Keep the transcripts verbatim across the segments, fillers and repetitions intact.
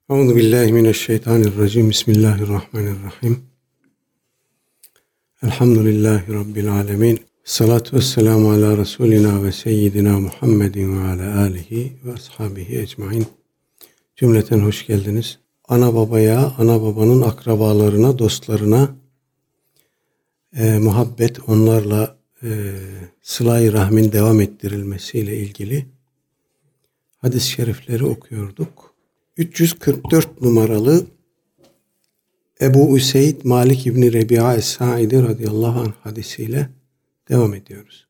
Euzu billahi mineşşeytanirracim. Bismillahirrahmanirrahim. Elhamdülillahi rabbil alamin. Salatu vesselamu ala Resulina ve seyyidina Muhammedin ve ala alihi ve ashabihi ecmaîn. Cümleten hoş geldiniz. Ana babaya, ana babanın akrabalarına, dostlarına e, muhabbet, onlarla e, sıla-i rahmin devam ettirilmesiyle ilgili hadis-i şerifleri okuyorduk. üç yüz kırk dört numaralı Ebu Üseyd Malik İbni Rebi'a Es-Sa'idi radıyallahu anh hadisiyle devam ediyoruz.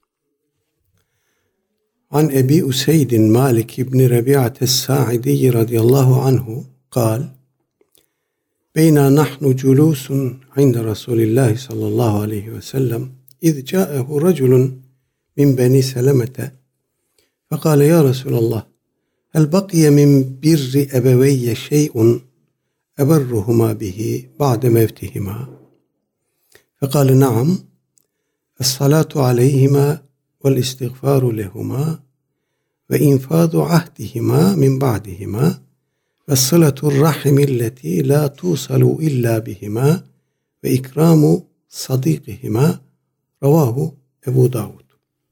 An Ebi Üseydin Malik İbni Rebi'a Es-Sa'idi radıyallahu anhu kal Beyna nahnu culusun inde Resulillahi sallallahu aleyhi ve sellem iz ca'ehu raculun min beni selemete fekale ya Resulallah hel bakiye min birri ebeveyye şey'un eberruhuma bihi ba'de mevtihima fekale na'am es-salatu aleyhima vel istiğfaru lehuma ve infadu ahdihima min ba'dihima ve sılatur rahimilleti la tusalu illa bihima ve ikramu sadikihima ravahu Ebu Davud.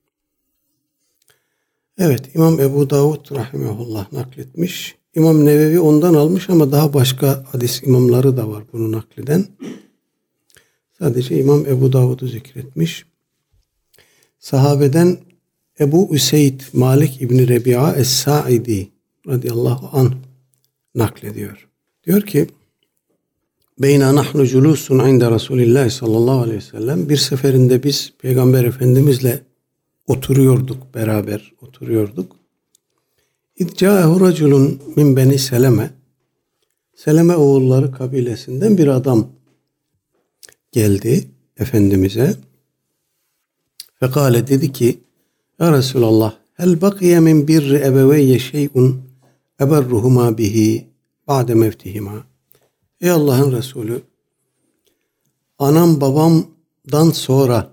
Evet, İmam Ebu Davud rahimehullah nakletmiş. İmam Nevevi ondan almış ama daha başka hadis imamları da var bunu nakleden. Sadece İmam Ebu Davud'u zikretmiş. Sahabeden Ebu Üseyd Malik İbni Rebi'a Es-Sa'idi radıyallahu anh naklediyor. Diyor ki Beyna nahnu culusun inde Resulillah sallallahu aleyhi ve sellem bir seferinde biz Peygamber Efendimizle oturuyorduk, beraber oturuyorduk. İdca'ehu raculun min beni Seleme Seleme oğulları kabilesinden bir adam geldi Efendimiz'e. Fekale dedi ki ya Resulallah hel bakiye min birri ebeveyye şey'un eberruhuma bihi ba'de mevtihima. Ey Allah'ın Resulü, anam babamdan sonra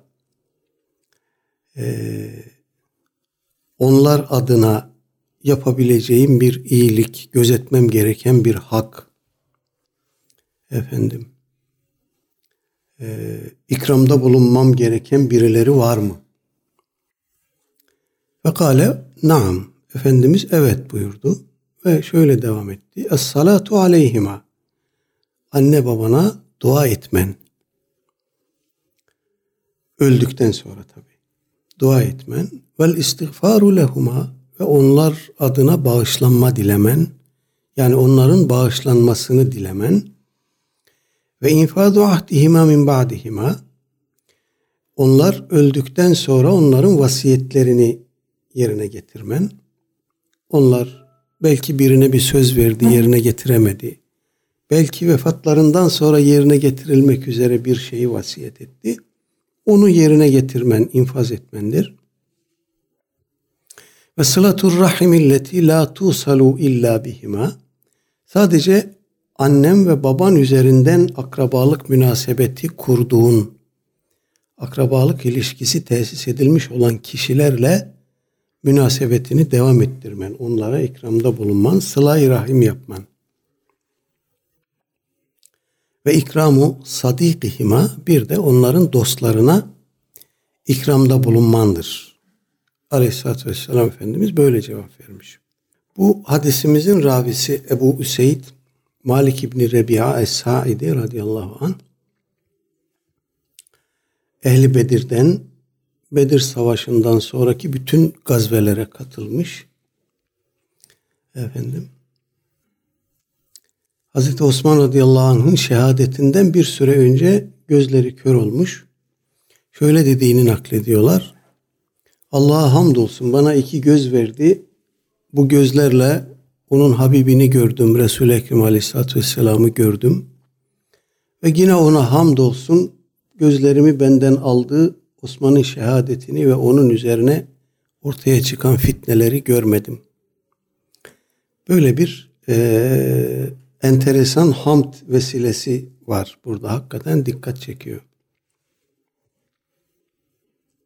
e, onlar adına yapabileceğim bir iyilik, gözetmem gereken bir hak, efendim, e, ikramda bulunmam gereken birileri var mı? Fekale naam. Efendimiz evet buyurdu ve şöyle devam etti. Es-salatu aleyhima. Anne babana dua etmen. Öldükten sonra tabi. Dua etmen. Vel istiğfaru lehuma. Ve onlar adına bağışlanma dilemen. Yani onların bağışlanmasını dilemen. Ve infadu ahdihima min ba'dihima. Onlar öldükten sonra onların vasiyetlerini yerine getirmen. Onlar belki birine bir söz verdi, yerine getiremedi. Belki vefatlarından sonra yerine getirilmek üzere bir şeyi vasiyet etti. Onu yerine getirmen, infaz etmendir. Ve sılatur rahimilleti la tusalu illa bihima. Sadece annem ve baban üzerinden akrabalık münasebeti kurduğun, akrabalık ilişkisi tesis edilmiş olan kişilerle münasebetini devam ettirmen, onlara ikramda bulunman, sıla-i rahim yapman. Ve ikramu sadikihima, bir de onların dostlarına ikramda bulunmandır. Aleyhisselatü Vesselam Efendimiz böyle cevap vermiş. Bu hadisimizin ravisi Ebu Üseyd Malik İbni Rebi'a Es-Sa'idi radıyallahu anh Ehli Bedir'den, Bedir Savaşı'ndan sonraki bütün gazvelere katılmış. Efendim, Hazreti Osman radıyallahu anh'ın şehadetinden bir süre önce gözleri kör olmuş. Şöyle dediğini naklediyorlar. Allah'a hamdolsun bana iki göz verdi. Bu gözlerle onun Habibini gördüm. Resul-i Ekrem aleyhissalatü vesselam'ı gördüm. Ve yine ona hamdolsun gözlerimi benden aldı. Osman'ın şehadetini ve onun üzerine ortaya çıkan fitneleri görmedim. Böyle bir e, enteresan hamd vesilesi var burada. Hakikaten dikkat çekiyor.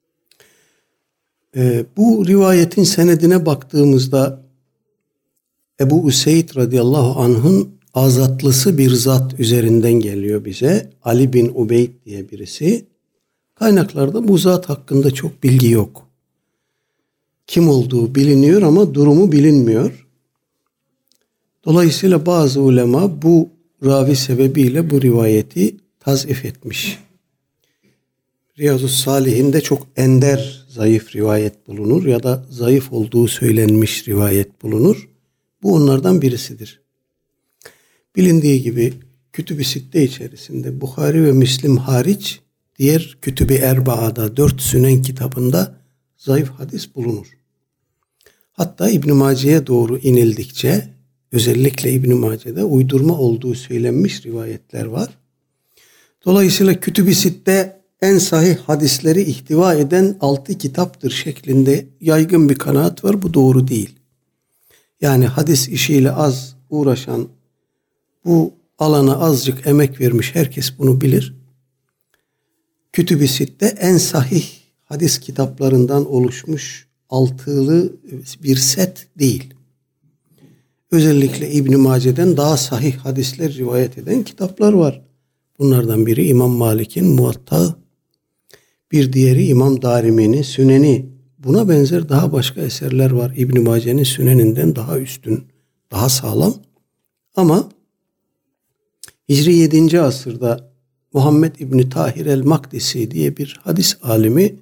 E, bu rivayetin senedine baktığımızda Ebu Üseyd radıyallahu anh'ın azatlısı bir zat üzerinden geliyor bize. Ali bin Ubeyd diye birisi. Kaynaklarda bu zat hakkında çok bilgi yok. Kim olduğu biliniyor ama durumu bilinmiyor. Dolayısıyla bazı ulema bu ravi sebebiyle bu rivayeti tazif etmiş. Riyazu Salihinde çok ender zayıf rivayet bulunur ya da zayıf olduğu söylenmiş rivayet bulunur. Bu onlardan birisidir. Bilindiği gibi Kütüb-i Sitte içerisinde Buhari ve Müslim hariç diğer Kütüb-i Erbaa'da dört Sünen kitabında zayıf hadis bulunur. Hatta İbn-i Mace'ye doğru inildikçe özellikle İbn-i Mace'de uydurma olduğu söylenmiş rivayetler var. Dolayısıyla Kütüb-i Sitte en sahih hadisleri ihtiva eden altı kitaptır şeklinde yaygın bir kanaat var. Bu doğru değil. Yani hadis işiyle az uğraşan, bu alana azıcık emek vermiş herkes bunu bilir. Kütüb-i Sitte en sahih hadis kitaplarından oluşmuş altılı bir set değil. Özellikle İbn-i Mace'den daha sahih hadisler rivayet eden kitaplar var. Bunlardan biri İmam Malik'in Muvatta, bir diğeri İmam Darimi'nin Süneni. Buna benzer daha başka eserler var. İbn-i Mace'nin Süneninden daha üstün, daha sağlam. Ama Hicri yedinci asırda Muhammed İbni Tahir el-Makdisi diye bir hadis alimi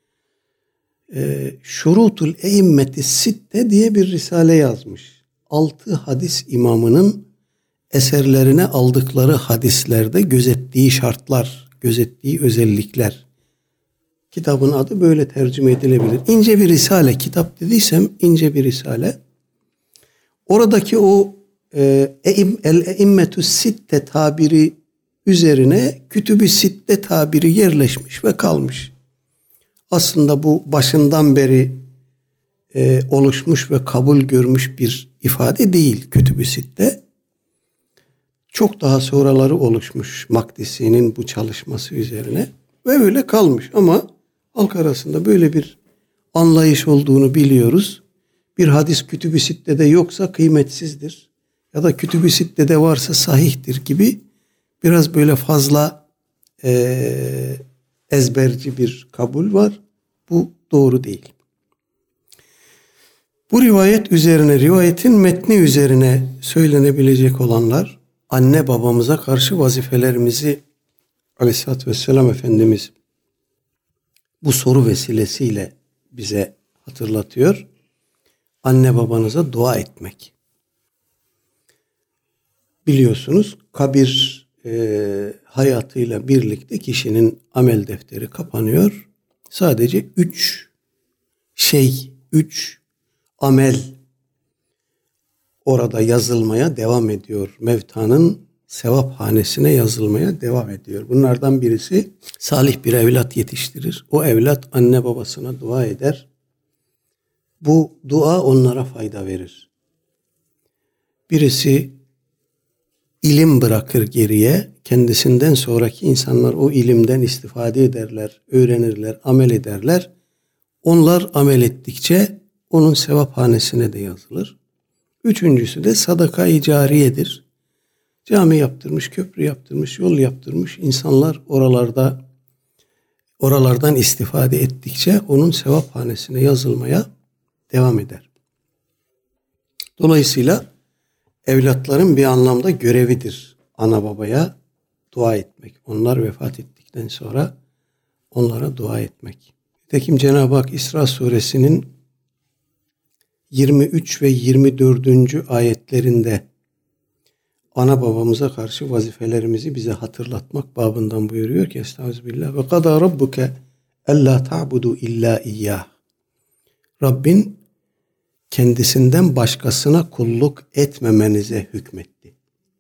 e, Şurutul Eimmeti Sitte diye bir risale yazmış. Altı hadis imamının eserlerine aldıkları hadislerde gözettiği şartlar, gözettiği özellikler. Kitabın adı böyle tercüme edilebilir. İnce bir risale, kitap dediysem ince bir risale. Oradaki o e, el-eimmetü sitte tabiri üzerine Kütüb-i Sitte tabiri yerleşmiş ve kalmış. Aslında bu başından beri e, oluşmuş ve kabul görmüş bir ifade değil Kütüb-i Sitte. Çok daha sonraları oluşmuş Makdisi'nin bu çalışması üzerine ve öyle kalmış ama halk arasında böyle bir anlayış olduğunu biliyoruz. Bir hadis Kütüb-i Sitte'de yoksa kıymetsizdir ya da Kütüb-i Sitte'de varsa sahihtir gibi biraz böyle fazla e, ezberci bir kabul var. Bu doğru değil. Bu rivayet üzerine, rivayetin metni üzerine söylenebilecek olanlar, anne babamıza karşı vazifelerimizi Aleyhisselatü Vesselam Efendimiz bu soru vesilesiyle bize hatırlatıyor. Anne babanıza dua etmek. Biliyorsunuz kabir e, hayatıyla birlikte kişinin amel defteri kapanıyor. Sadece üç şey, üç amel orada yazılmaya devam ediyor. Mevtanın sevaphanesine yazılmaya devam ediyor. Bunlardan birisi salih bir evlat yetiştirir. O evlat anne babasına dua eder. Bu dua onlara fayda verir. Birisi ilim bırakır geriye. Kendisinden sonraki insanlar o ilimden istifade ederler, öğrenirler, amel ederler. Onlar amel ettikçe onun sevaphanesine de yazılır. Üçüncüsü de sadaka-i cariyedir. Cami yaptırmış, köprü yaptırmış, yol yaptırmış. İnsanlar oralarda oralardan istifade ettikçe onun sevaphanesine yazılmaya devam eder. Dolayısıyla evlatların bir anlamda görevidir ana babaya dua etmek. Onlar vefat ettikten sonra onlara dua etmek. Nitekim Cenab-ı Hak İsra suresinin yirmi üç ve yirmi dördüncü ayetlerinde ana babamıza karşı vazifelerimizi bize hatırlatmak babından buyuruyor ki Estağfirullah ve kadâ rabbuke ellâ ta'budu illâ iyyâh. Rabbin kendisinden başkasına kulluk etmemenize hükmetti.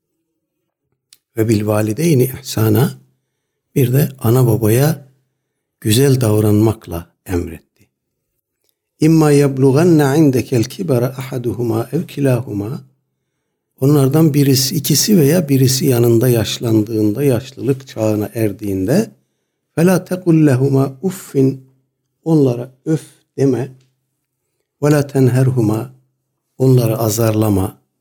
Ve bil valideyni ihsana, bir de ana babaya güzel davranmakla emretti. İmma yablughanna indekel kibara ahaduhuma ev kilahuma, onlardan birisi, ikisi veya birisi yanında yaşlandığında, yaşlılık çağına erdiğinde فَلَا تَقُلْ لَهُمَا uffin, onlara öf deme. وَلَا تَنْهَرْهُمَا, onları azarlama,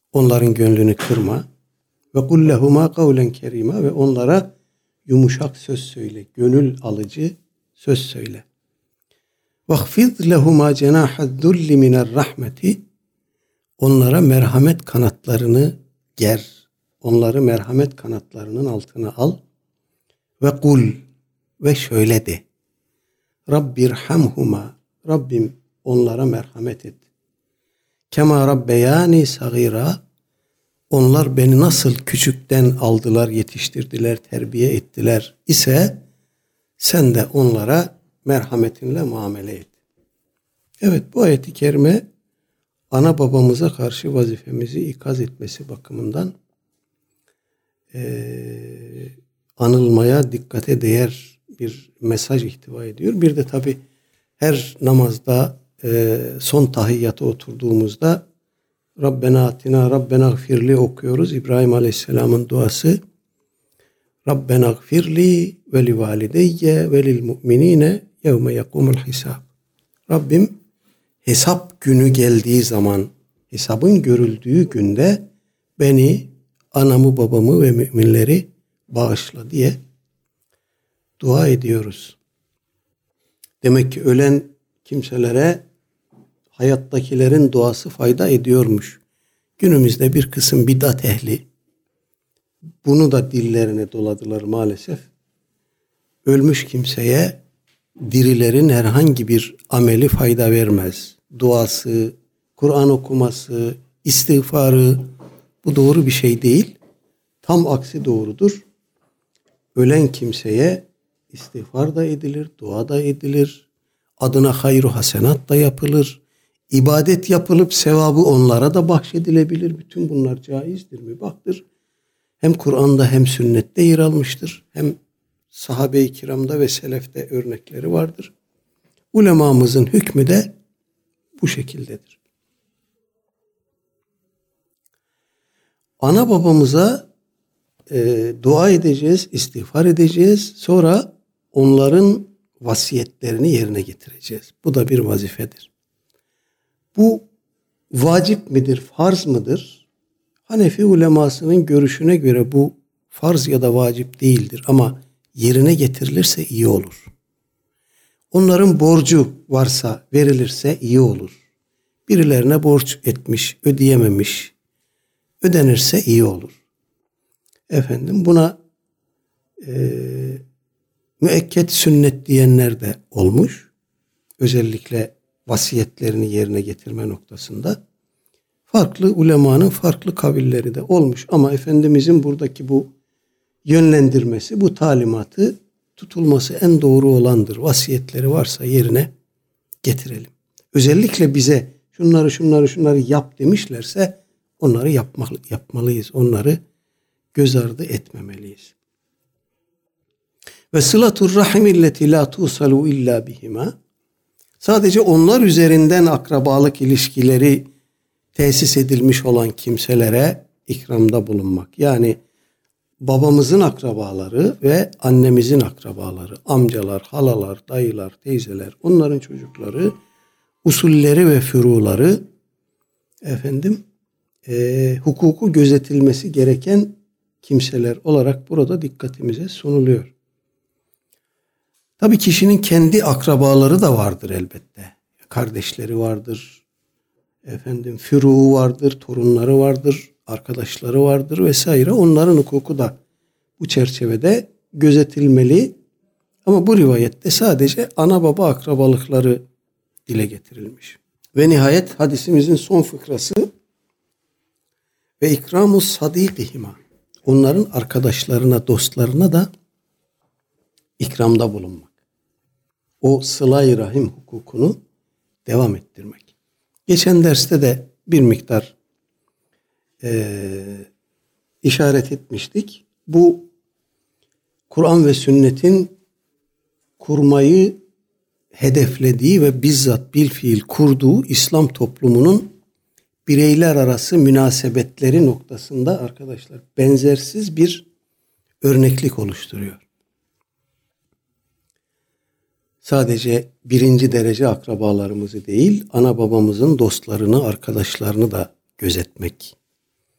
Onların gönlünü kırma. Ve kul lehuma kavlen kerima ve onlara yumuşak söz söyle. Gönül alıcı söz söyle. Vahfid lehuma cenahad-zulli mine'r rahmeti. Onlara merhamet kanatlarını ger. Onları merhamet kanatlarının altına al. Ve kul ve şöyle de. Rabbirhamhuma. Rabbim onlara merhamet et. Kema rabbeyani sagira. Onlar beni nasıl küçükten aldılar, yetiştirdiler, terbiye ettiler ise sen de onlara merhametinle muamele et. Evet, bu ayet-i kerime ana babamıza karşı vazifemizi ikaz etmesi bakımından e, anılmaya dikkate değer bir mesaj ihtiva ediyor. Bir de tabi her namazda e, son tahiyyata oturduğumuzda Rabbena atina Rabbena gfirli okuyoruz. İbrahim Aleyhisselam'ın duası. Rabbena gfirli ve li valideyye ve lil mu'minine yevme yakumul hisab. Rabbim hesap günü geldiği zaman, hesabın görüldüğü günde beni, anamı, babamı ve müminleri bağışla diye dua ediyoruz. Demek ki ölen kimselere hayattakilerin duası fayda ediyormuş. Günümüzde bir kısım bidat ehli bunu da dillerine doladılar maalesef. Ölmüş kimseye dirilerin herhangi bir ameli fayda vermez. Duası, Kur'an okuması, istiğfarı bu doğru bir şey değil. Tam aksi doğrudur. Ölen kimseye istiğfar da edilir, dua da edilir. Adına hayru hasenat da yapılır. İbadet yapılıp sevabı onlara da bahşedilebilir. Bütün bunlar caizdir, mübahtır. Hem Kur'an'da hem sünnette yer almıştır. Hem sahabe-i kiramda ve selefte örnekleri vardır. Ulemamızın hükmü de bu şekildedir. Ana babamıza e, dua edeceğiz, istiğfar edeceğiz. Sonra onların vasiyetlerini yerine getireceğiz. Bu da bir vazifedir. Bu vacip midir, farz mıdır? Hanefi ulemasının görüşüne göre bu farz ya da vacip değildir ama yerine getirilirse iyi olur. Onların borcu varsa verilirse iyi olur. Birilerine borç etmiş, ödeyememiş, ödenirse iyi olur. Efendim buna e, müekket sünnet diyenler de olmuş. Özellikle vasiyetlerini yerine getirme noktasında. Farklı ulemanın farklı kavilleri de olmuş ama Efendimizin buradaki bu yönlendirmesi, bu talimatı tutulması en doğru olandır. Vasiyetleri varsa yerine getirelim. Özellikle bize şunları şunları şunları yap demişlerse onları yapmalı, yapmalıyız. Onları göz ardı etmemeliyiz. Ve sılatur rahim illeti la tusalu illa bihima. Sadece onlar üzerinden akrabalık ilişkileri tesis edilmiş olan kimselere ikramda bulunmak. Yani babamızın akrabaları ve annemizin akrabaları, amcalar, halalar, dayılar, teyzeler, onların çocukları, usulleri ve furuları, efendim, e, hukuku gözetilmesi gereken kimseler olarak burada dikkatimize sunuluyor. Tabii kişinin kendi akrabaları da vardır elbette. Kardeşleri vardır, efendim, furuğu vardır, torunları vardır, arkadaşları vardır vesaire. Onların hukuku da bu çerçevede gözetilmeli. Ama bu rivayette sadece ana baba akrabalıkları dile getirilmiş. Ve nihayet hadisimizin son fıkrası ve ikramus sadikihima. Onların arkadaşlarına, dostlarına da ikramda bulunmak. O sıla-i rahim hukukunu devam ettirmek. Geçen derste de bir miktar e, işaret etmiştik. Bu Kur'an ve sünnetin kurmayı hedeflediği ve bizzat bilfiil kurduğu İslam toplumunun bireyler arası münasebetleri noktasında arkadaşlar benzersiz bir örneklik oluşturuyor. Sadece birinci derece akrabalarımızı değil, ana babamızın dostlarını, arkadaşlarını da gözetmek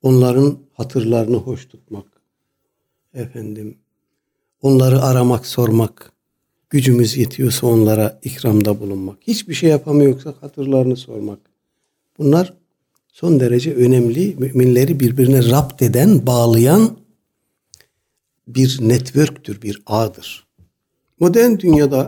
onların hatırlarını hoş tutmak, efendim, onları aramak, sormak, gücümüz yetiyorsa onlara ikramda bulunmak, hiçbir şey yapamıyorsak hatırlarını sormak. Bunlar son derece önemli, müminleri birbirine rapt eden, bağlayan bir networktür, bir ağdır. Modern dünyada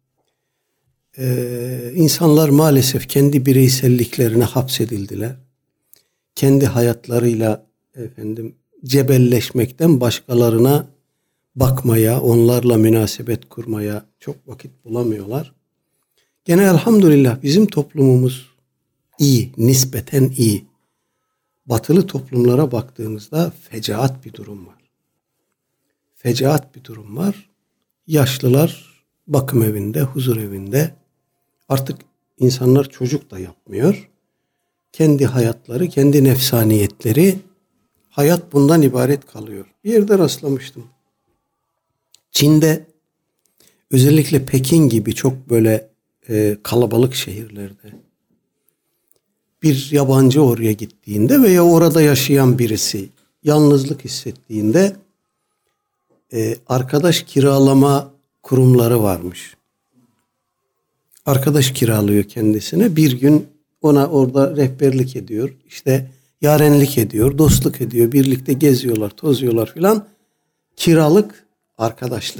e, insanlar maalesef kendi bireyselliklerine hapsedildiler. Kendi hayatlarıyla efendim cebelleşmekten başkalarına bakmaya, onlarla münasebet kurmaya çok vakit bulamıyorlar. Gene elhamdülillah bizim toplumumuz iyi, nispeten iyi. Batılı toplumlara baktığınızda fecaat bir durum var. Fecaat bir durum var. Yaşlılar bakım evinde, huzur evinde. Artık insanlar çocuk da yapmıyor. Kendi hayatları, kendi nefsaniyetleri, hayat bundan ibaret kalıyor. Bir yerde rastlamıştım. Çin'de özellikle Pekin gibi çok böyle e, kalabalık şehirlerde bir yabancı oraya gittiğinde veya orada yaşayan birisi yalnızlık hissettiğinde e, arkadaş kiralama kurumları varmış. Arkadaş kiralıyor kendisine. Bir gün ona orada rehberlik ediyor. İşte yarenlik ediyor, dostluk ediyor. Birlikte geziyorlar, tozuyorlar filan. Kiralık arkadaşlık.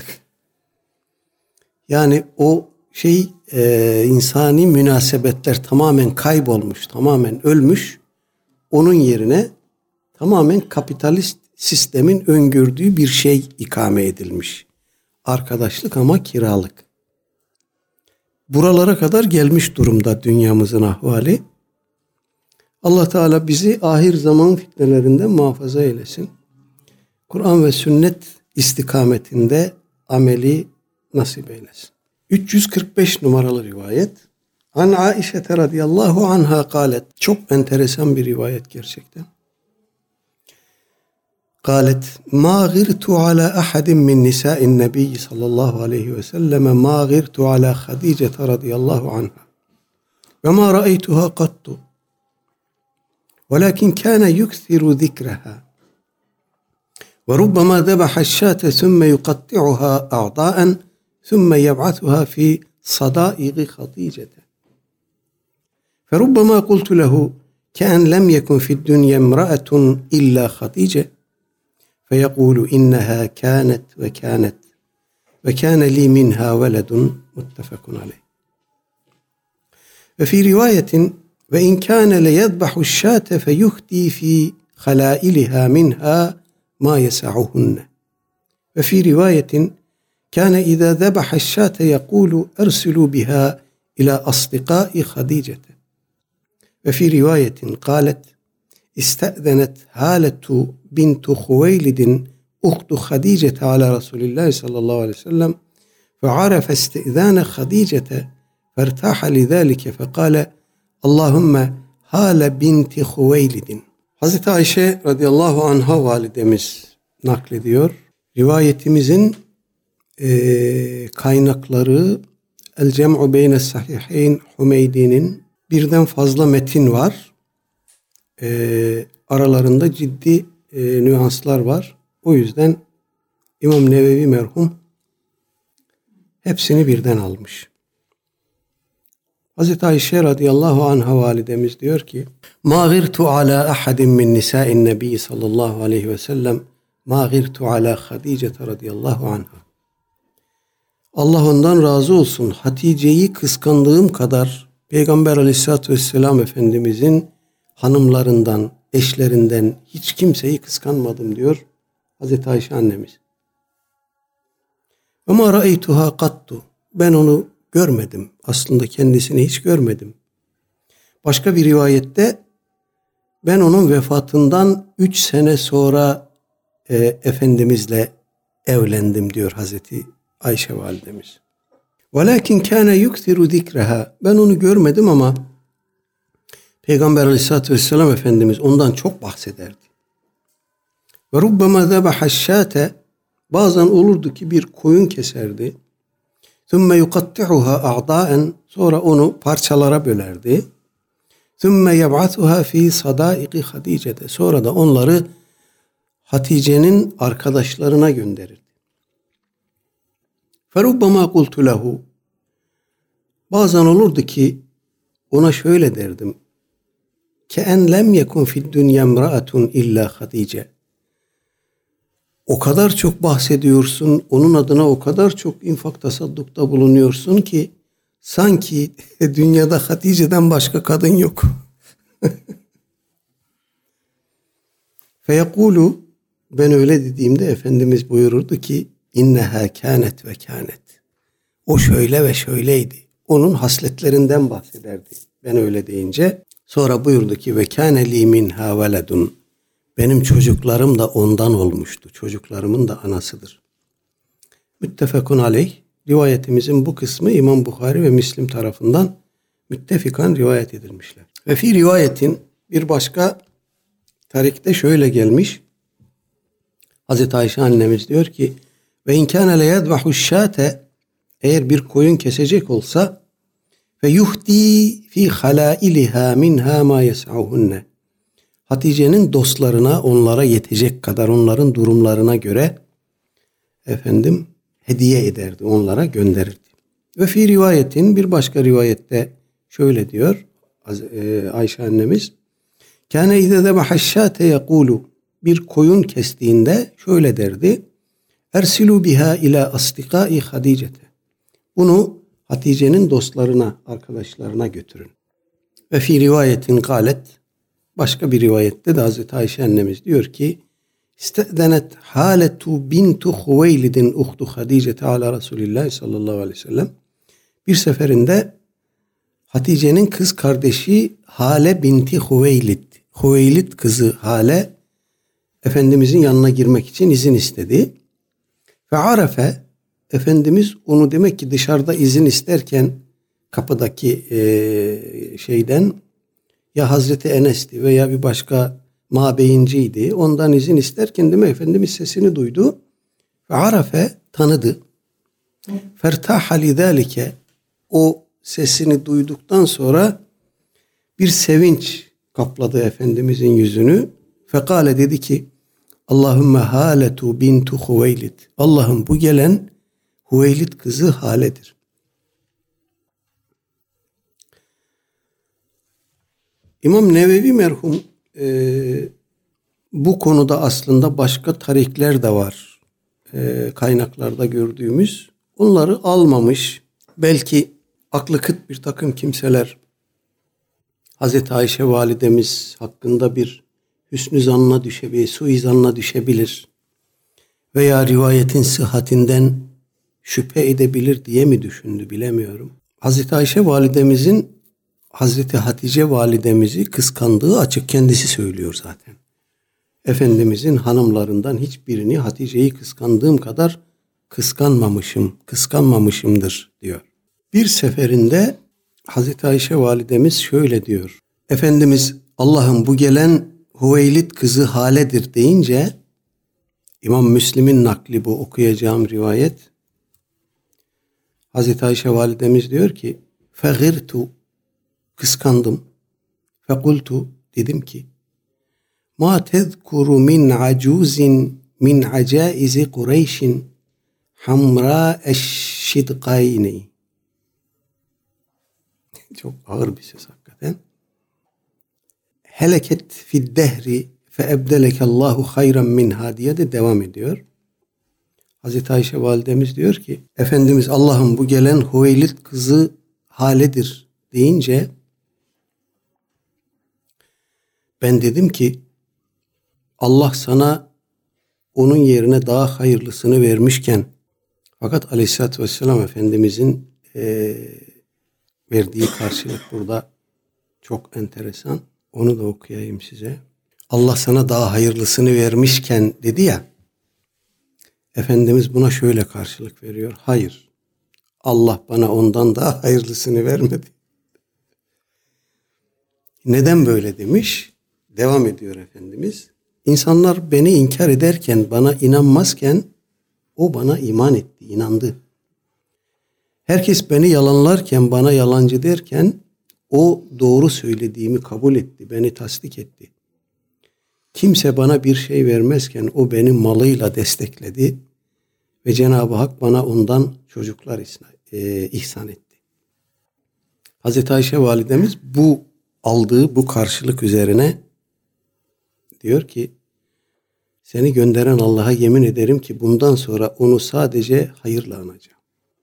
Yani o şey e, insani münasebetler tamamen kaybolmuş, tamamen ölmüş. Onun yerine tamamen kapitalist sistemin öngördüğü bir şey ikame edilmiş. Arkadaşlık ama kiralık. Buralara kadar gelmiş durumda dünyamızın ahvali. Allah Teala bizi ahir zaman fitnelerinden muhafaza eylesin. Kur'an ve sünnet istikametinde ameli nasip eylesin. üç yüz kırk beş numaralı rivayet. An Aişe radıyallahu anha kâlet. Çok enteresan bir rivayet gerçekten. قالت ما غرت على أحد من نساء النبي صلى الله عليه وسلم ما غرت على خديجة رضي الله عنها وما رأيتها قط ولكن كان يكثر ذكرها وربما ذبح الشاة ثم يقطعها أعضاء ثم يبعثها في صدائق خديجة فربما قلت له كأن لم يكن في الدنيا امرأة إلا خديجة فيقول إنها كانت وكانت وكان لي منها ولد متفق عليه وفي رواية وإن كان ليذبح الشاة فيهدي في خلائلها منها ما يسعهن وفي رواية كان إذا ذبح الشاة يقول أرسلوا بها إلى أصدقاء خديجة وفي رواية قالت استأذنت هالة بنت خويلد أخت خديجة على رسول الله صلى الله عليه وسلم فعرف استئذان خديجة فارتاح لذلك فقال اللهم هالة بنت خويلد. Hazreti Ayşe radıyallahu anha validemiz naklediyor. Rivayetimizin e, kaynakları El Cem'u Beyne Sahihayn Hümeydi'nin birden fazla metin var. E, aralarında ciddi e, nüanslar var. O yüzden İmam Nevevi merhum hepsini birden almış. Hazreti Ayşe radıyallahu anha validemiz diyor ki مَا غِرْتُ عَلَى أَحَدٍ مِّنْ نِسَاءِ النَّبِيِّ sallallahu aleyhi ve sellem مَا غِرْتُ عَلَى خَدِيجَةَ radıyallahu anha. Allah ondan razı olsun. Hatice'yi kıskandığım kadar Peygamber aleyhissalatü vesselam Efendimizin hanımlarından, eşlerinden hiç kimseyi kıskanmadım diyor Hazreti Ayşe annemiz. Ama ra'eytuha kattu. Ben onu görmedim. Aslında kendisini hiç görmedim. Başka bir rivayette ben onun vefatından üç sene sonra e, Efendimizle evlendim diyor Hazreti Ayşe validemiz. Velakin kana yukthiru zikraha. Ben onu görmedim ama Peygamber aleyhissalatü vesselam Efendimiz ondan çok bahsederdi. Ve rubbama zebaha şate, bazen olurdu ki bir koyun keserdi. Thumme yukatti'uha a'daen, sonra onu parçalara bölerdi. ثُمَّ يَبْعَثُهَا ف۪ي صَدَائِقِ Hatice'de. Sonra da onları Hatice'nin arkadaşlarına gönderirdi. فَرُبَّمَا قُلْتُ لَهُ Bazen olurdu ki ona şöyle derdim. كَاَنْ لَمْ يَكُنْ فِي الدُّنْيَا امْرَأَةٌ اِلَّا Hatice. O kadar çok bahsediyorsun, onun adına o kadar çok infak tasaddukta bulunuyorsun ki sanki dünyada Hatice'den başka kadın yok. Feyekulu ben öyle dediğimde Efendimiz buyururdu ki inneha kânet ve kânet. O şöyle ve şöyleydi. Onun hasletlerinden bahsederdi. Ben öyle deyince sonra buyurdu ki ve kâne lî minhâ veledun. Benim çocuklarım da ondan olmuştu. Çocuklarımın da anasıdır. Müttefekun aleyh. Rivayetimizin bu kısmı İmam Bukhari ve Müslim tarafından müttefikan rivayet edilmişler. Ve fi rivayetin bir başka tarikte şöyle gelmiş. Hazreti Ayşe annemiz diyor ki ve in kâne le yedvahu şâte eğer bir koyun kesecek olsa ve yuhdi fi halâiliha minha ma yes'auhunne. Hatice'nin dostlarına onlara yetecek kadar onların durumlarına göre efendim hediye ederdi, onlara gönderirdi. Ve fi rivayetin bir başka rivayette şöyle diyor Ayşe annemiz. Kâne izâ zebahaşşâte yekûlu bir koyun kestiğinde şöyle derdi. Ersilû biha ilâ astikâi Hatice'te. Bunu Hatice'nin dostlarına, arkadaşlarına götürün. Ve fi rivayetin galet başka bir rivayette de Hazreti Ayşe annemiz diyor ki İstedenet Haletu bintu Huveylid'in uhtu Hatice'te ala Resulillah sallallahu aleyhi ve sellem. Bir seferinde Hatice'nin kız kardeşi Hale binti Huveylid, Huveylid kızı Hale Efendimizin yanına girmek için izin istedi. Ve arefe Efendimiz onu demek ki dışarıda izin isterken kapıdaki e, şeyden ya Hazreti Enes'ti veya bir başka mabeyinciydi. Ondan izin isterken değil mi? Efendimiz sesini duydu. Ve arefe tanıdı. Fertaha lidâlike o sesini duyduktan sonra bir sevinç kapladı Efendimizin yüzünü. Fekale dedi ki Allahümme Haletu bintu Huveylid. Allah'ım bu gelen Huveylid kızı Hale'dir. İmam Nevevi merhum e, bu konuda aslında başka tarikler de var. E, kaynaklarda gördüğümüz. Onları almamış. Belki aklı kıt bir takım kimseler Hazreti Ayşe validemiz hakkında bir hüsnü zannına düşebilir, suizanına düşebilir veya rivayetin sıhhatinden şüphe edebilir diye mi düşündü bilemiyorum. Hazreti Ayşe validemizin Hazreti Hatice validemizi kıskandığı açık kendisi söylüyor zaten. Efendimizin hanımlarından hiçbirini Hatice'yi kıskandığım kadar kıskanmamışım, kıskanmamışımdır diyor. Bir seferinde Hazreti Ayşe validemiz şöyle diyor. Efendimiz Allah'ım bu gelen Huveylid kızı Hale'dir deyince İmam Müslim'in nakli bu okuyacağım rivayet. Hazreti Ayşe validemiz diyor ki fegirtu kıskandım. Fekultu dedim ki ma tezkuru min acuzin min acaizi Kureyşin hamra eşşidgayni. Çok ağır bir söz hakikaten. Heleket fid dehri fe ebdelekallahu hayran minha diye de devam ediyor. Hazreti Ayşe validemiz diyor ki Efendimiz Allah'ım bu gelen Huveylid kızı Hale'dir deyince ben dedim ki Allah sana onun yerine daha hayırlısını vermişken fakat Aleyhisselatü Vesselam Efendimizin e, verdiği karşılık burada çok enteresan. Onu da okuyayım size. Allah sana daha hayırlısını vermişken dedi ya. Efendimiz buna şöyle karşılık veriyor. Hayır. Allah bana ondan daha hayırlısını vermedi. Neden böyle demiş? Devam ediyor Efendimiz. İnsanlar beni inkar ederken, bana inanmazken o bana iman etti, inandı. Herkes beni yalanlarken, bana yalancı derken O doğru söylediğimi kabul etti, beni tasdik etti. Kimse bana bir şey vermezken o beni malıyla destekledi ve Cenab-ı Hak bana ondan çocuklar ihsan etti. Hazreti Ayşe validemiz bu aldığı bu karşılık üzerine diyor ki, seni gönderen Allah'a yemin ederim ki bundan sonra onu sadece hayırla anacağım.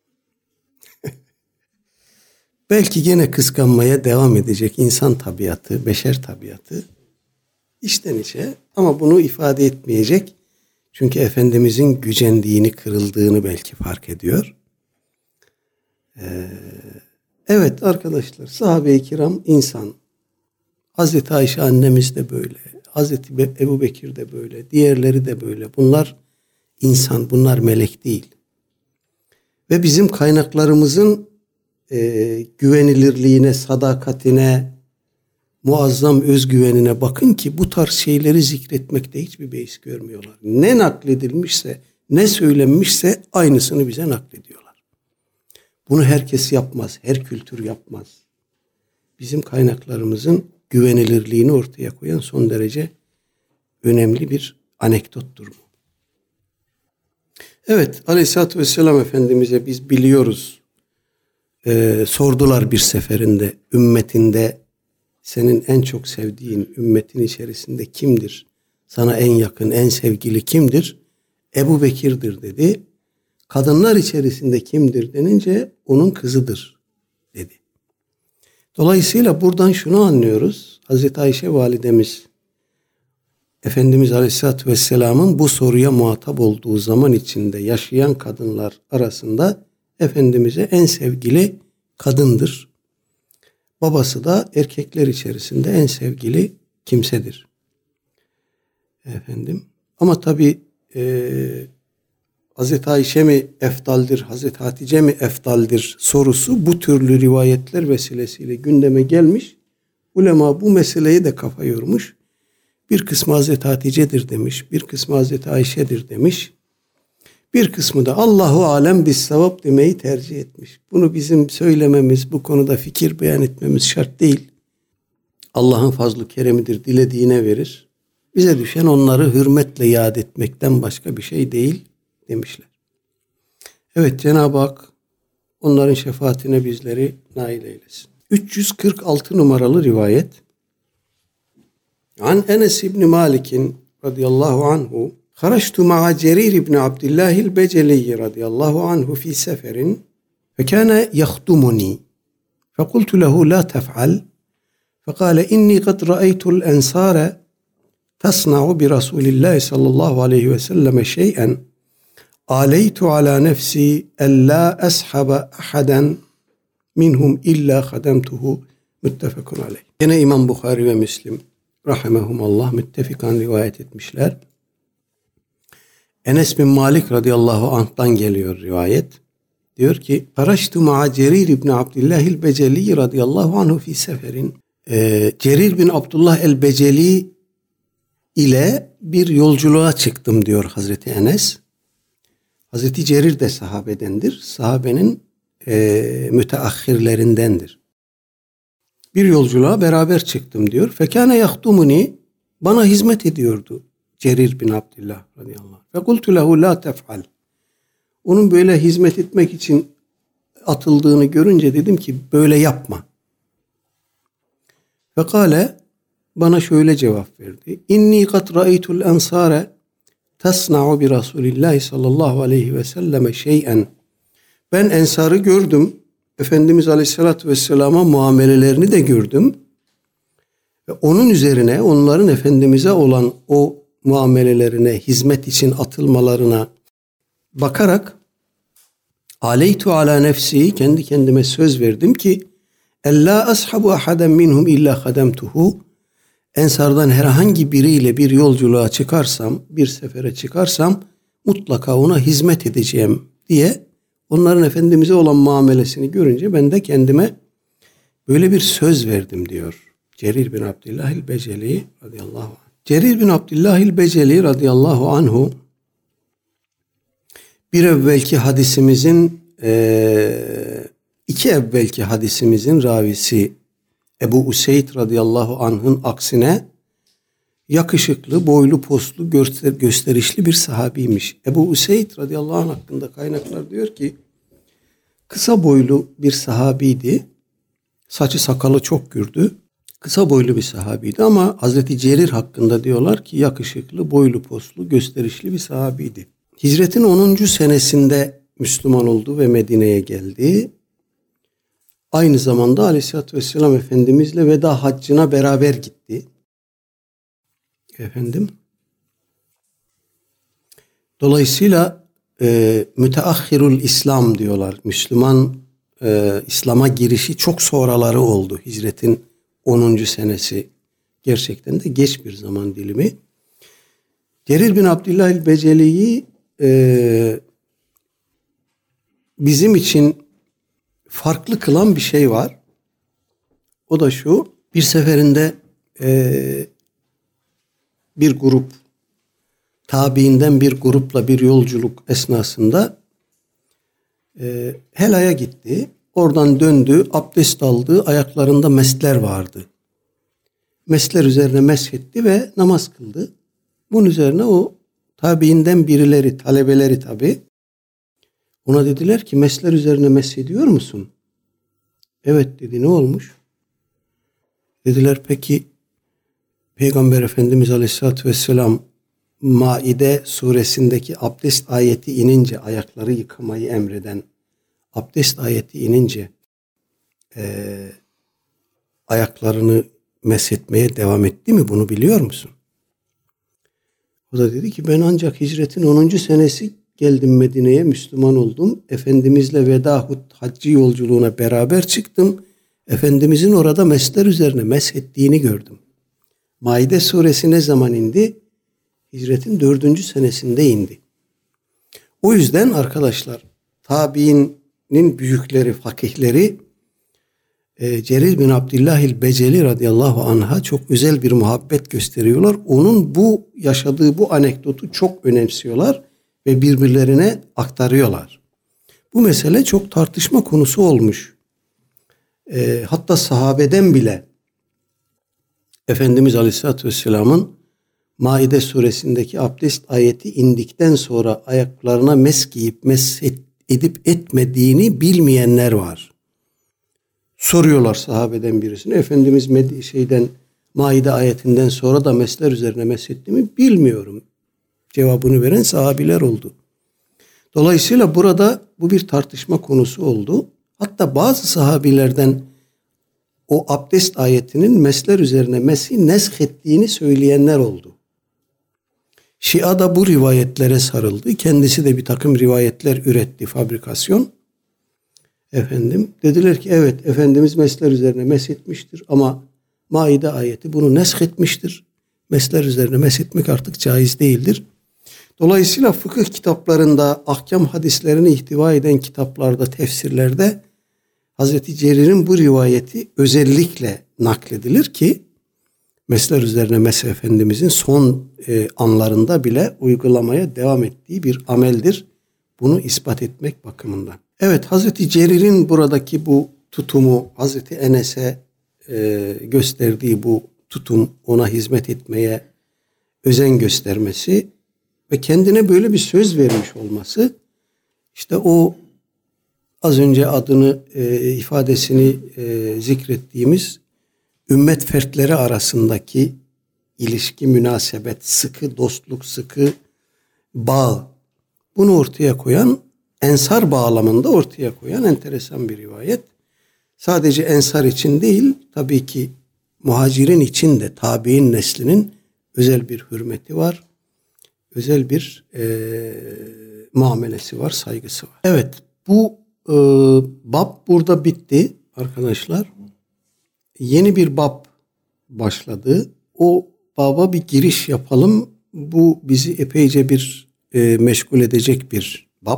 Belki gene kıskanmaya devam edecek insan tabiatı, beşer tabiatı içten içe, ama bunu ifade etmeyecek. Çünkü Efendimizin gücendiğini, kırıldığını belki fark ediyor. Ee, evet arkadaşlar, sahabe-i kiram insan. Hazreti Ayşe annemiz de böyle. Hazreti Ebu Bekir de böyle. Diğerleri de böyle. Bunlar insan, bunlar melek değil. Ve bizim kaynaklarımızın e, güvenilirliğine, sadakatine, muazzam özgüvenine bakın ki bu tarz şeyleri zikretmekte hiçbir beis görmüyorlar. Ne nakledilmişse, ne söylenmişse aynısını bize naklediyorlar. Bunu herkes yapmaz, her kültür yapmaz. Bizim kaynaklarımızın güvenilirliğini ortaya koyan son derece önemli bir anekdottur bu. Evet, Aleyhisselatü Vesselam Efendimiz'e biz biliyoruz. Ee, sordular bir seferinde, ümmetinde senin en çok sevdiğin ümmetin içerisinde kimdir? Sana en yakın, en sevgili kimdir? Ebu Bekir'dir dedi. Kadınlar içerisinde kimdir denince onun kızıdır dedi. Dolayısıyla buradan şunu anlıyoruz. Hazreti Ayşe validemiz Efendimiz Aleyhisselatü Vesselam'ın bu soruya muhatap olduğu zaman içinde yaşayan kadınlar arasında Efendimiz'e en sevgili kadındır. Babası da erkekler içerisinde en sevgili kimsedir. Efendim. Ama tabi e, Hazreti Ayşe mi efdaldir, Hazreti Hatice mi efdaldir sorusu bu türlü rivayetler vesilesiyle gündeme gelmiş. Ulema bu meseleye de kafa yormuş. Bir kısmı Hazreti Hatice'dir demiş, bir kısmı Hazreti Ayşe'dir demiş. Bir kısmı da Allahu alem bis sevap demeyi tercih etmiş. Bunu bizim söylememiz, bu konuda fikir beyan etmemiz şart değil. Allah'ın fazlı keremidir, dilediğine verir. Bize düşen onları hürmetle yad etmekten başka bir şey değil demişler. Evet, Cenab-ı Hak onların şefaatine bizleri nail eylesin. üç yüz kırk altı numaralı rivayet. An Enes İbni Malik'in radıyallahu anhu خرجت مع جرير بن عبد الله البجلي رضي الله عنه في سفر فكان يخدمني فقلت له لا تفعل فقال إني قد رأيت الأنصار تصنع برسول الله صلى الله عليه وسلم شيئا آليت على نفسي ألا أسحب أحدا منهم إلا خدمته متفق عليه. Yine İmam Bukhari ve Müslim rahimehumallah müttefikan rivayet etmişler. Enes bin Malik radıyallahu anh'tan geliyor rivayet. Diyor ki, Faraştu ma'a Cerir ibn Abdullah el-Beceli radıyallahu anhu fi seferin. Ee, Cerir bin Abdullah el-Beceli ile bir yolculuğa çıktım diyor Hazreti Enes. Hazreti Cerir de sahabedendir. Sahabenin e, müteahhirlerindendir. Bir yolculuğa beraber çıktım diyor. Fekâne yahdumuni, bana hizmet ediyordu Cerir bin Abdullah radıyallahu anh. Ve kultu lehu la tef'al. Onun böyle hizmet etmek için atıldığını görünce dedim ki böyle yapma. Fekale, bana şöyle cevap verdi. İnni kad ra'aytul ensare tasna'u bi Resulillahi sallallahu aleyhi ve selleme şey'en. Ben ensarı gördüm. Efendimiz Aleyhisselatü Vesselam'a muamelelerini de gördüm. Ve onun üzerine onların Efendimiz'e olan o muamelelerine, hizmet için atılmalarına bakarak aleytu ala nefsi, kendi kendime söz verdim ki ella ashabu ahaden minhum illa hademtuhu, ensardan herhangi biriyle bir yolculuğa çıkarsam, bir sefere çıkarsam mutlaka ona hizmet edeceğim diye onların Efendimiz'e olan muamelesini görünce ben de kendime böyle bir söz verdim diyor Cerir bin Abdullah el-Beceli radıyallahu anh. Cerir bin Abdullah el-Beceli radıyallahu anhu bir evvelki hadisimizin e, iki evvelki hadisimizin ravisi Ebu Useyd radıyallahu anh'ın aksine yakışıklı, boylu, poslu, göster gösterişli bir sahabiymiş. Ebu Useyd radıyallahu anh hakkında kaynaklar diyor ki kısa boylu bir sahabiydi. Saçı sakalı çok gürdü. Kısa boylu bir sahabiydi ama Hazreti Cerir hakkında diyorlar ki yakışıklı, boylu, poslu, gösterişli bir sahabiydi. Hicretin onuncu senesinde Müslüman oldu ve Medine'ye geldi. Aynı zamanda Aleyhisselatü Vesselam Efendimizle veda haccına beraber gitti. Efendim. Dolayısıyla e, müteahhirul İslam diyorlar. Müslüman e, İslam'a girişi çok sonraları oldu. Hicretin onuncu senesi. Gerçekten de geç bir zaman dilimi. Cerir bin Abdullah el-Beceli'yi e, bizim için farklı kılan bir şey var. O da şu. Bir seferinde e, bir grup, tabiinden bir grupla bir yolculuk esnasında e, helaya gitti. Oradan döndü, abdest aldı, ayaklarında mesler vardı. Mesler üzerine meshetti ve namaz kıldı. Bunun üzerine o tabiinden birileri, talebeleri tabi, ona dediler ki mesler üzerine meshediyor musun? Evet dedi, ne olmuş? Dediler peki Peygamber Efendimiz Aleyhisselatü Vesselam Maide suresindeki abdest ayeti inince, ayakları yıkamayı emreden abdest ayeti inince e, ayaklarını meshetmeye devam etti mi? Bunu biliyor musun? O da dedi ki ben ancak hicretin onuncu senesi geldim Medine'ye, Müslüman oldum. Efendimizle veda haccı yolculuğuna beraber çıktım. Efendimizin orada mesler üzerine meshettiğini gördüm. Maide suresi ne zaman indi? Hicretin dördüncü senesinde indi. O yüzden arkadaşlar tabiinin büyükleri, fakihleri e, Cerir bin Abdullah el-Beceli radıyallahu anh'a çok özel bir muhabbet gösteriyorlar. Onun bu yaşadığı bu anekdotu çok önemsiyorlar ve birbirlerine aktarıyorlar. Bu mesele çok tartışma konusu olmuş. E, hatta sahabeden bile Efendimiz Aleyhisselatü Vesselam'ın Maide suresindeki abdest ayeti indikten sonra ayaklarına mes giyip mes edip etmediğini bilmeyenler var. Soruyorlar sahabeden birisine. Efendimiz Med- şeyden Maide ayetinden sonra da mesler üzerine mesetti mi? Bilmiyorum. Cevabını veren sahabiler oldu. Dolayısıyla burada bu bir tartışma konusu oldu. Hatta bazı sahabilerden o abdest ayetinin mesler üzerine mesi nesk ettiğini söyleyenler oldu. Şia da bu rivayetlere sarıldı. Kendisi de bir takım rivayetler üretti, fabrikasyon. Efendim dediler ki evet Efendimiz mesler üzerine meshetmiştir ama Maide ayeti bunu nesk etmiştir. Mesler üzerine meshetmek artık caiz değildir. Dolayısıyla fıkıh kitaplarında, ahkam hadislerini ihtiva eden kitaplarda, tefsirlerde Hazreti Cerir'in bu rivayeti özellikle nakledilir ki mesler üzerine Mesih Efendimizin son e, anlarında bile uygulamaya devam ettiği bir ameldir. Bunu ispat etmek bakımından. Evet, Hazreti Cerir'in buradaki bu tutumu, Hazreti Enes'e e, gösterdiği bu tutum, ona hizmet etmeye özen göstermesi ve kendine böyle bir söz vermiş olması, işte o az önce adını, e, ifadesini e, zikrettiğimiz ümmet fertleri arasındaki ilişki, münasebet, sıkı dostluk, sıkı bağ, bunu ortaya koyan, ensar bağlamında ortaya koyan enteresan bir rivayet. Sadece ensar için değil, tabii ki muhacirin için de tabi'in neslinin özel bir hürmeti var. Özel bir e, muamelesi var, saygısı var. Evet, bu e, bab burada bitti arkadaşlar. Yeni bir bab başladı. O baba bir giriş yapalım. Bu bizi epeyce bir e, meşgul edecek bir bab.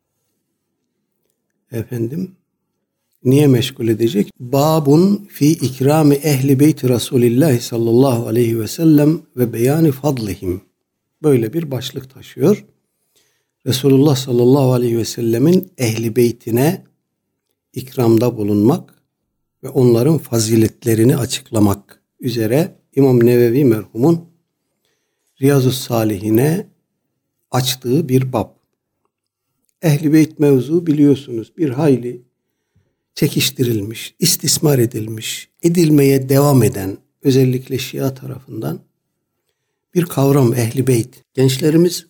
Efendim, niye meşgul edecek? Babun fi ikrami ehli beyti Resulillah sallallahu aleyhi ve sellem ve beyani fadlihim. Böyle bir başlık taşıyor. Resulullah sallallahu aleyhi ve sellemin ehli beytine ikramda bulunmak ve onların faziletlerini açıklamak üzere İmam Nevevi merhumun Riyazu Salihine açtığı bir bab. Ehl-i Beyt mevzu biliyorsunuz bir hayli çekiştirilmiş, istismar edilmiş, edilmeye devam eden özellikle Şia tarafından bir kavram Ehl-i Beyt. Gençlerimiz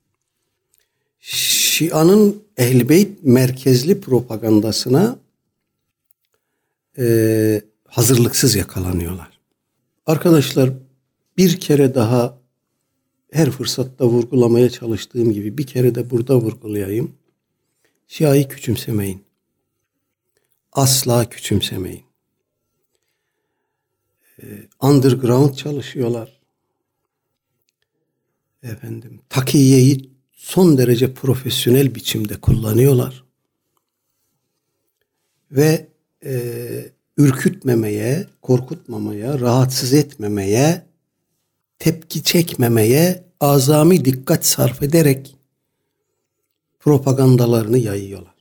Şia'nın Ehl-i Beyt merkezli propagandasına e, hazırlıksız yakalanıyorlar. Arkadaşlar bir kere daha her fırsatta vurgulamaya çalıştığım gibi bir kere de burada vurgulayayım. Şia'yı küçümsemeyin. Asla küçümsemeyin. Ee, underground çalışıyorlar. Efendim, takiyeyi son derece profesyonel biçimde kullanıyorlar. Ve e, ürkütmemeye, korkutmamaya, rahatsız etmemeye, tepki çekmemeye azami dikkat sarf ederek propagandalarını yayıyorlar.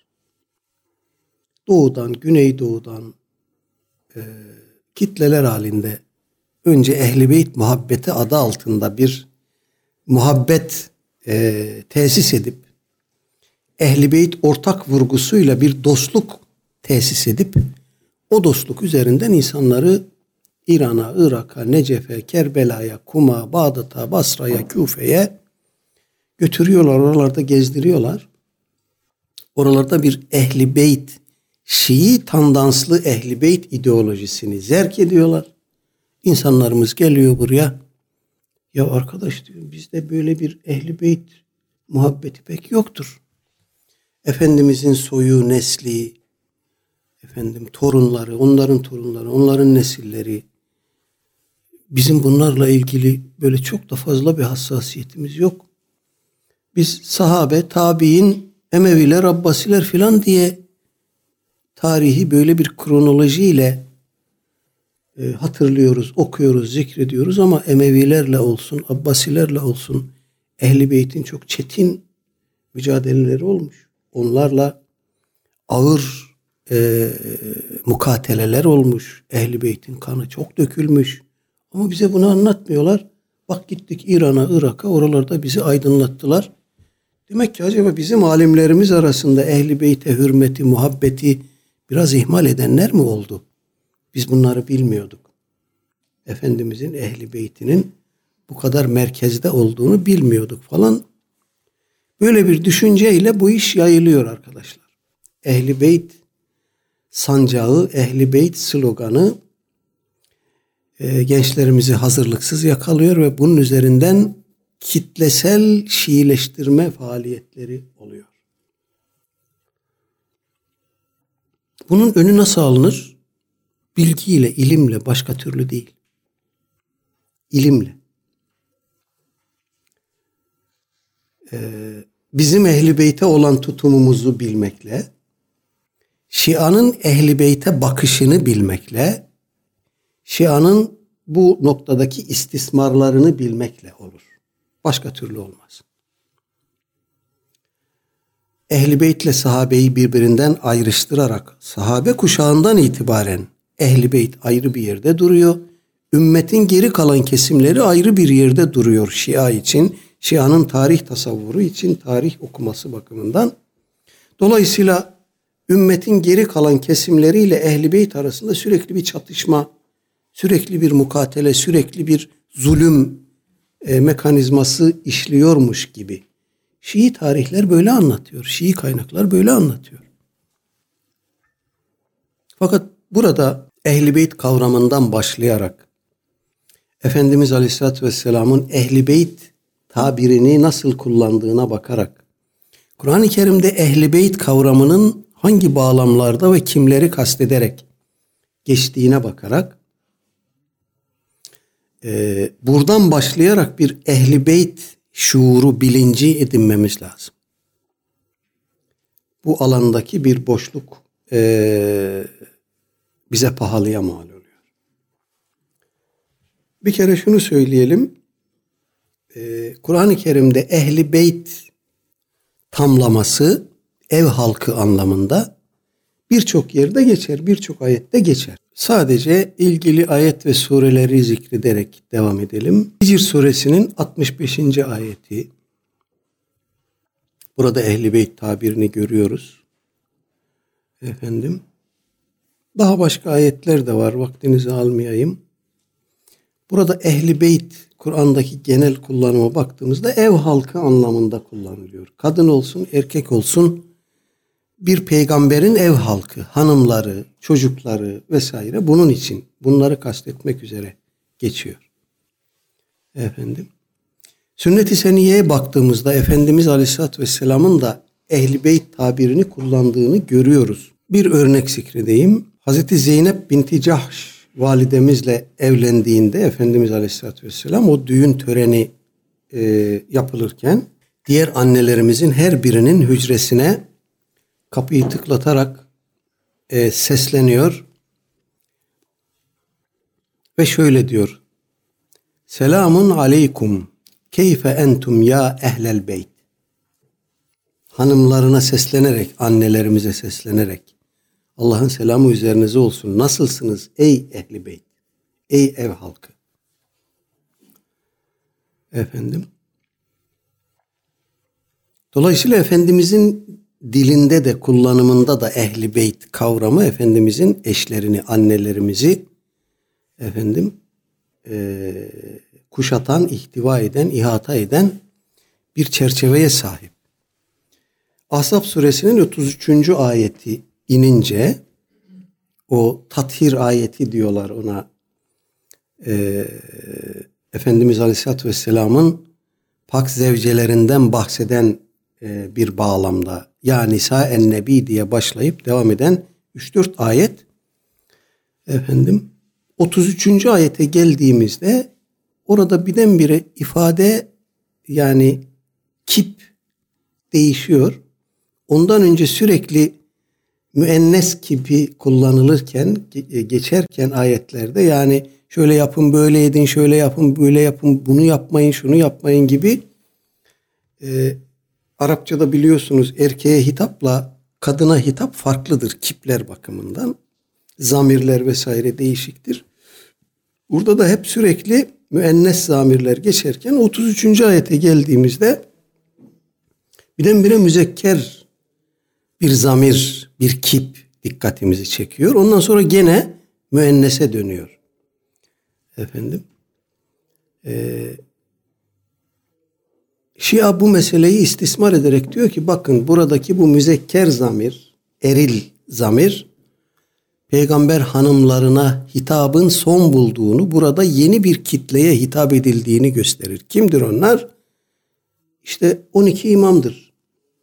Doğudan, Güneydoğu'dan e, kitleler halinde önce Ehl-i Beyt muhabbeti adı altında bir muhabbet e, tesis edip Ehl-i Beyt ortak vurgusuyla bir dostluk tesis edip o dostluk üzerinden insanları İran'a, Irak'a, Necef'e, Kerbela'ya, Kum'a, Bağdat'a, Basra'ya, Küfe'ye götürüyorlar. Oralarda gezdiriyorlar. Oralarda bir Ehl-i Beyt, Şii tandanslı Ehl-i Beyt ideolojisini zerk ediyorlar. İnsanlarımız geliyor buraya. Ya arkadaş diyor, bizde böyle bir Ehl-i Beyt muhabbeti pek yoktur. Efendimizin soyu, nesli, efendim torunları, onların torunları, onların nesilleri. Bizim bunlarla ilgili böyle çok da fazla bir hassasiyetimiz yok. Biz sahabe, tabi'in, Emeviler, Abbasiler filan diye tarihi böyle bir kronolojiyle e, hatırlıyoruz, okuyoruz, zikrediyoruz ama Emevilerle olsun, Abbasilerle olsun Ehl-i Beyt'in çok çetin mücadeleleri olmuş. Onlarla ağır e, mukateleler olmuş. Ehl-i Beyt'in kanı çok dökülmüş. Ama bize bunu anlatmıyorlar. Bak gittik İran'a, Irak'a, oralarda bizi aydınlattılar. Demek ki acaba bizim alimlerimiz arasında Ehl-i Beyt'e hürmeti, muhabbeti biraz ihmal edenler mi oldu? Biz bunları bilmiyorduk. Efendimizin Ehl-i Beyt'inin bu kadar merkezde olduğunu bilmiyorduk falan. Böyle bir düşünceyle bu iş yayılıyor arkadaşlar. Ehl-i Beyt sancağı, Ehl-i Beyt sloganı e, gençlerimizi hazırlıksız yakalıyor ve bunun üzerinden kitlesel Şiileştirme faaliyetleri oluyor. Bunun önü nasıl alınır? Bilgiyle, ilimle, başka türlü değil. İlimle. Ee, bizim Ehl-i Beyt'e olan tutumumuzu bilmekle, Şia'nın Ehl-i Beyt'e bakışını bilmekle, Şia'nın bu noktadaki istismarlarını bilmekle olur. Başka türlü olmaz. Ehl-i Beyt'le sahabeyi birbirinden ayrıştırarak sahabe kuşağından itibaren Ehl-i Beyt ayrı bir yerde duruyor. Ümmetin geri kalan kesimleri ayrı bir yerde duruyor Şia için. Şia'nın tarih tasavvuru için, tarih okuması bakımından. Dolayısıyla ümmetin geri kalan kesimleriyle Ehl-i Beyt arasında sürekli bir çatışma, sürekli bir mukatele, sürekli bir zulüm e, mekanizması işliyormuş gibi. Şii tarihler böyle anlatıyor. Şii kaynaklar böyle anlatıyor. Fakat burada Ehl-i Beyt kavramından başlayarak Efendimiz Aleyhisselatü Vesselam'ın Ehl-i Beyt tabirini nasıl kullandığına bakarak Kur'an-ı Kerim'de Ehl-i Beyt kavramının hangi bağlamlarda ve kimleri kastederek geçtiğine bakarak e, buradan başlayarak bir Ehl-i Beyt şuuru, bilinci edinmemiz lazım. Bu alandaki bir boşluk e, bize pahalıya mal oluyor. Bir kere şunu söyleyelim. E, Kur'an-ı Kerim'de Ehl-i Beyt tamlaması ev halkı anlamında Birçok yerde geçer, birçok ayette geçer. Sadece ilgili ayet ve sureleri zikrederek devam edelim. Hicr suresinin altmış beşinci ayeti. Burada Ehl-i Beyt tabirini görüyoruz. Efendim. Daha başka ayetler de var. Vaktinizi almayayım. Burada Ehl-i Beyt Kur'an'daki genel kullanıma baktığımızda ev halkı anlamında kullanılıyor. Kadın olsun, erkek olsun bir peygamberin ev halkı, hanımları, çocukları vesaire bunun için, bunları kastetmek üzere geçiyor. Efendim. Sünnet-i Seniyye'ye baktığımızda Efendimiz Aleyhisselatü Vesselam'ın da Ehl-i Beyt tabirini kullandığını görüyoruz. Bir örnek zikredeyim. Hazreti Zeynep binti Cahş validemizle evlendiğinde Efendimiz Aleyhisselatü Vesselam o düğün töreni e, yapılırken diğer annelerimizin her birinin hücresine kapıyı tıklatarak e, sesleniyor ve şöyle diyor: Selamun aleykum keyfe entum ya ehlel beyt. Hanımlarına seslenerek, annelerimize seslenerek Allah'ın selamı üzerinize olsun. Nasılsınız ey ehli beyt? Ey ev halkı. Efendim. Dolayısıyla Efendimizin dilinde de kullanımında da ehli beyt kavramı Efendimizin eşlerini, annelerimizi efendim e, kuşatan, ihtiva eden, ihata eden bir çerçeveye sahip. Ahzab suresinin otuz üçüncü ayeti inince o tathir ayeti diyorlar ona. E, Efendimiz Aleyhisselatü Vesselam'ın pak zevcelerinden bahseden e, bir bağlamda ya Nisa en-Nebi diye başlayıp devam eden üç dört ayet. Efendim otuz üçüncü ayete geldiğimizde orada birdenbire ifade yani kip değişiyor. Ondan önce sürekli müennes kipi kullanılırken, geçerken ayetlerde yani şöyle yapın, böyle edin, şöyle yapın, böyle yapın, bunu yapmayın, şunu yapmayın gibi e, Arapçada biliyorsunuz erkeğe hitapla kadına hitap farklıdır kipler bakımından. Zamirler vesaire değişiktir. Burada da hep sürekli müennes zamirler geçerken otuz üçüncü ayete geldiğimizde birdenbire müzekker bir zamir, bir kip dikkatimizi çekiyor. Ondan sonra gene müennese dönüyor. Efendim. Ee, Şia bu meseleyi istismar ederek diyor ki bakın buradaki bu müzekker zamir, eril zamir peygamber hanımlarına hitabın son bulduğunu, burada yeni bir kitleye hitap edildiğini gösterir. Kimdir onlar? İşte on iki imamdır.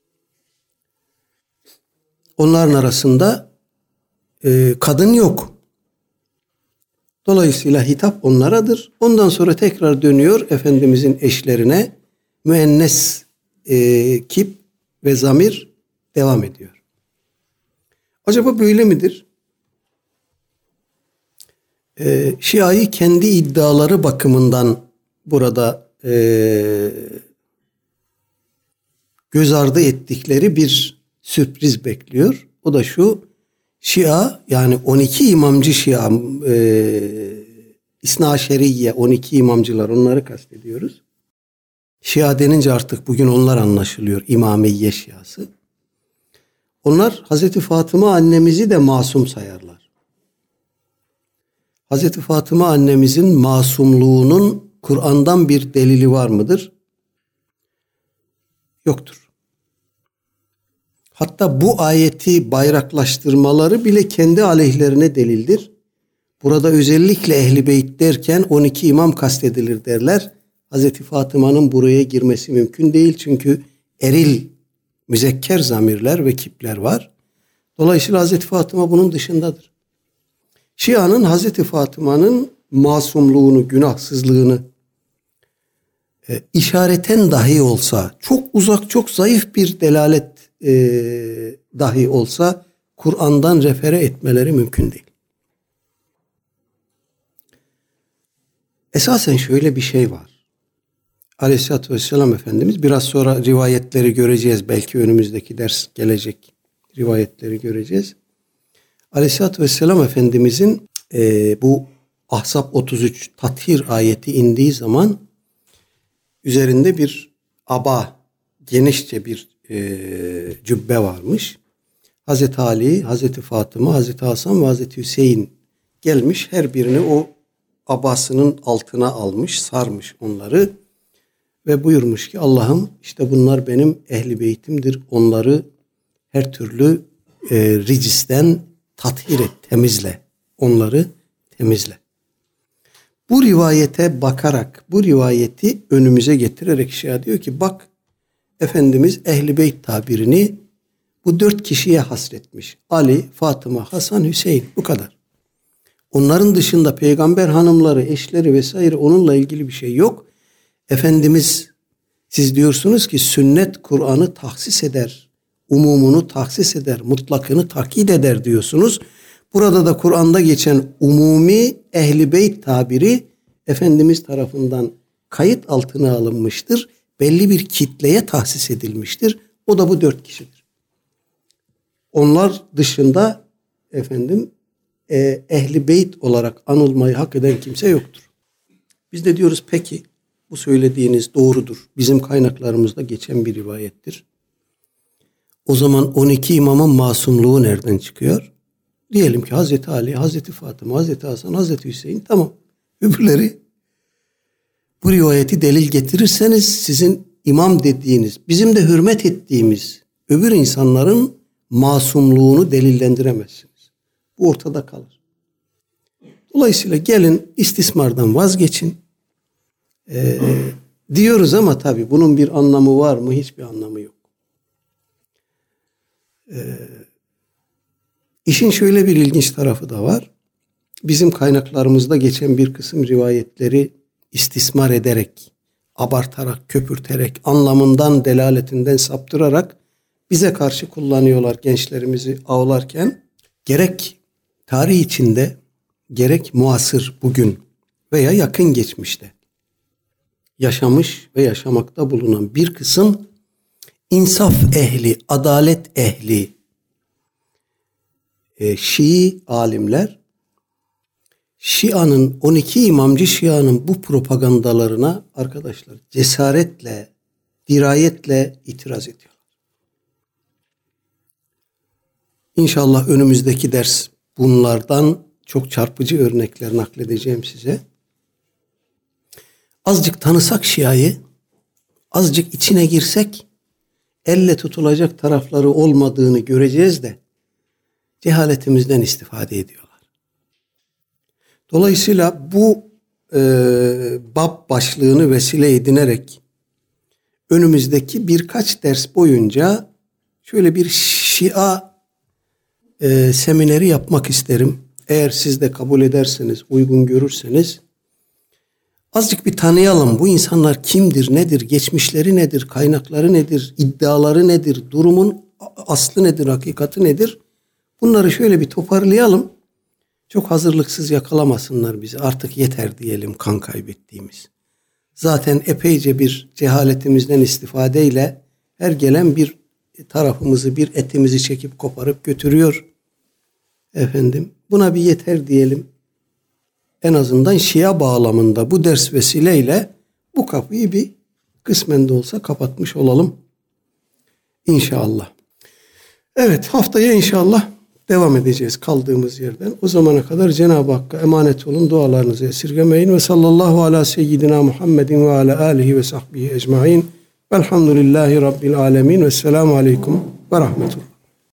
Onların arasında e, kadın yok. Dolayısıyla hitap onlaradır. Ondan sonra tekrar dönüyor Efendimizin eşlerine. Müennes e, kip ve zamir devam ediyor. Acaba böyle midir? E, Şia'yı kendi iddiaları bakımından burada e, göz ardı ettikleri bir sürpriz bekliyor. O da şu: Şia yani on iki imamcı Şia, e, İsna Şeriye on iki imamcılar, onları kastediyoruz. Şia denince artık bugün onlar anlaşılıyor. İmamiyye Şiası. Onlar Hazreti Fatıma annemizi de masum sayarlar. Hazreti Fatıma annemizin masumluğunun Kur'an'dan bir delili var mıdır? Yoktur. Hatta bu ayeti bayraklaştırmaları bile kendi aleyhlerine delildir. Burada özellikle Ehl-i Beyt derken on iki imam kastedilir derler. Hazreti Fatıma'nın buraya girmesi mümkün değil. Çünkü eril, müzekker zamirler ve kipler var. Dolayısıyla Hazreti Fatıma bunun dışındadır. Şia'nın Hazreti Fatıma'nın masumluğunu, günahsızlığını e, işareten dahi olsa, çok uzak, çok zayıf bir delalet e, dahi olsa Kur'an'dan refere etmeleri mümkün değil. Esasen şöyle bir şey var. Aleyhisselatü Vesselam Efendimiz, biraz sonra rivayetleri göreceğiz. Belki önümüzdeki ders gelecek rivayetleri göreceğiz. Aleyhisselatü Vesselam Efendimizin e, bu Ahzab otuz üç Tathir ayeti indiği zaman üzerinde bir aba, genişçe bir e, cübbe varmış. Hazreti Ali, Hazreti Fatıma, Hazreti Hasan ve Hazreti Hüseyin gelmiş, her birini o abasının altına almış, sarmış onları ve buyurmuş ki Allah'ım işte bunlar benim ehli beytimdir. Onları her türlü e, ricisten tathir et, temizle. Onları temizle. Bu rivayete bakarak, bu rivayeti önümüze getirerek Şia diyor ki bak Efendimiz ehli beyt tabirini bu dört kişiye hasretmiş. Ali, Fatıma, Hasan, Hüseyin, bu kadar. Onların dışında peygamber hanımları, eşleri vesaire onunla ilgili bir şey yok. Efendimiz siz diyorsunuz ki sünnet Kur'an'ı tahsis eder, umumunu tahsis eder, mutlakını takyit eder diyorsunuz. Burada da Kur'an'da geçen umumi ehli beyt tabiri Efendimiz tarafından kayıt altına alınmıştır. Belli bir kitleye tahsis edilmiştir. O da bu dört kişidir. Onlar dışında efendim e, ehli beyt olarak anılmayı hak eden kimse yoktur. Biz de diyoruz peki bu söylediğiniz doğrudur. Bizim kaynaklarımızda geçen bir rivayettir. O zaman on iki imamın masumluğu nereden çıkıyor? Diyelim ki Hazreti Ali, Hazreti Fatıma, Hazreti Hasan, Hazreti Hüseyin tamam. Öbürleri bu rivayeti delil getirirseniz sizin imam dediğiniz, bizim de hürmet ettiğimiz öbür insanların masumluğunu delillendiremezsiniz. Bu ortada kalır. Dolayısıyla gelin istismardan vazgeçin. Ee, diyoruz ama tabii bunun bir anlamı var mı? Hiçbir anlamı yok. Ee, işin şöyle bir ilginç tarafı da var. Bizim kaynaklarımızda geçen bir kısım rivayetleri istismar ederek, abartarak, köpürterek, anlamından, delaletinden saptırarak bize karşı kullanıyorlar gençlerimizi avlarken. Gerek tarih içinde, gerek muasır bugün veya yakın geçmişte yaşamış ve yaşamakta bulunan bir kısım insaf ehli, adalet ehli e, Şii alimler, Şia'nın, on iki imamcı Şia'nın bu propagandalarına arkadaşlar cesaretle, dirayetle itiraz ediyorlar. İnşallah önümüzdeki ders bunlardan çok çarpıcı örnekler nakledeceğim size. Azıcık tanısak Şia'yı, azıcık içine girsek, elle tutulacak tarafları olmadığını göreceğiz de cehaletimizden istifade ediyorlar. Dolayısıyla bu e, bab başlığını vesile edinerek önümüzdeki birkaç ders boyunca şöyle bir Şia e, semineri yapmak isterim. Eğer siz de kabul ederseniz, uygun görürseniz azıcık bir tanıyalım. Bu insanlar kimdir, nedir, geçmişleri nedir, kaynakları nedir, iddiaları nedir, durumun aslı nedir, hakikati nedir? Bunları şöyle bir toparlayalım. Çok hazırlıksız yakalamasınlar bizi. Artık yeter diyelim kan kaybettiğimiz. Zaten epeyce bir cehaletimizden istifadeyle her gelen bir tarafımızı, bir etimizi çekip koparıp götürüyor. Efendim, buna bir yeter diyelim. En azından Şia bağlamında bu ders vesileyle bu kapıyı bir kısmen de olsa kapatmış olalım. İnşallah. Evet, haftaya inşallah devam edeceğiz kaldığımız yerden. O zamana kadar Cenab-ı Hakk'a emanet olun. Dualarınızı esirgemeyin. Ve sallallahu ala seyyidina Muhammedin ve ala alihi ve sahbihi ecmain. Velhamdülillahi Rabbil alemin. Vesselamu aleyküm ve rahmetullah.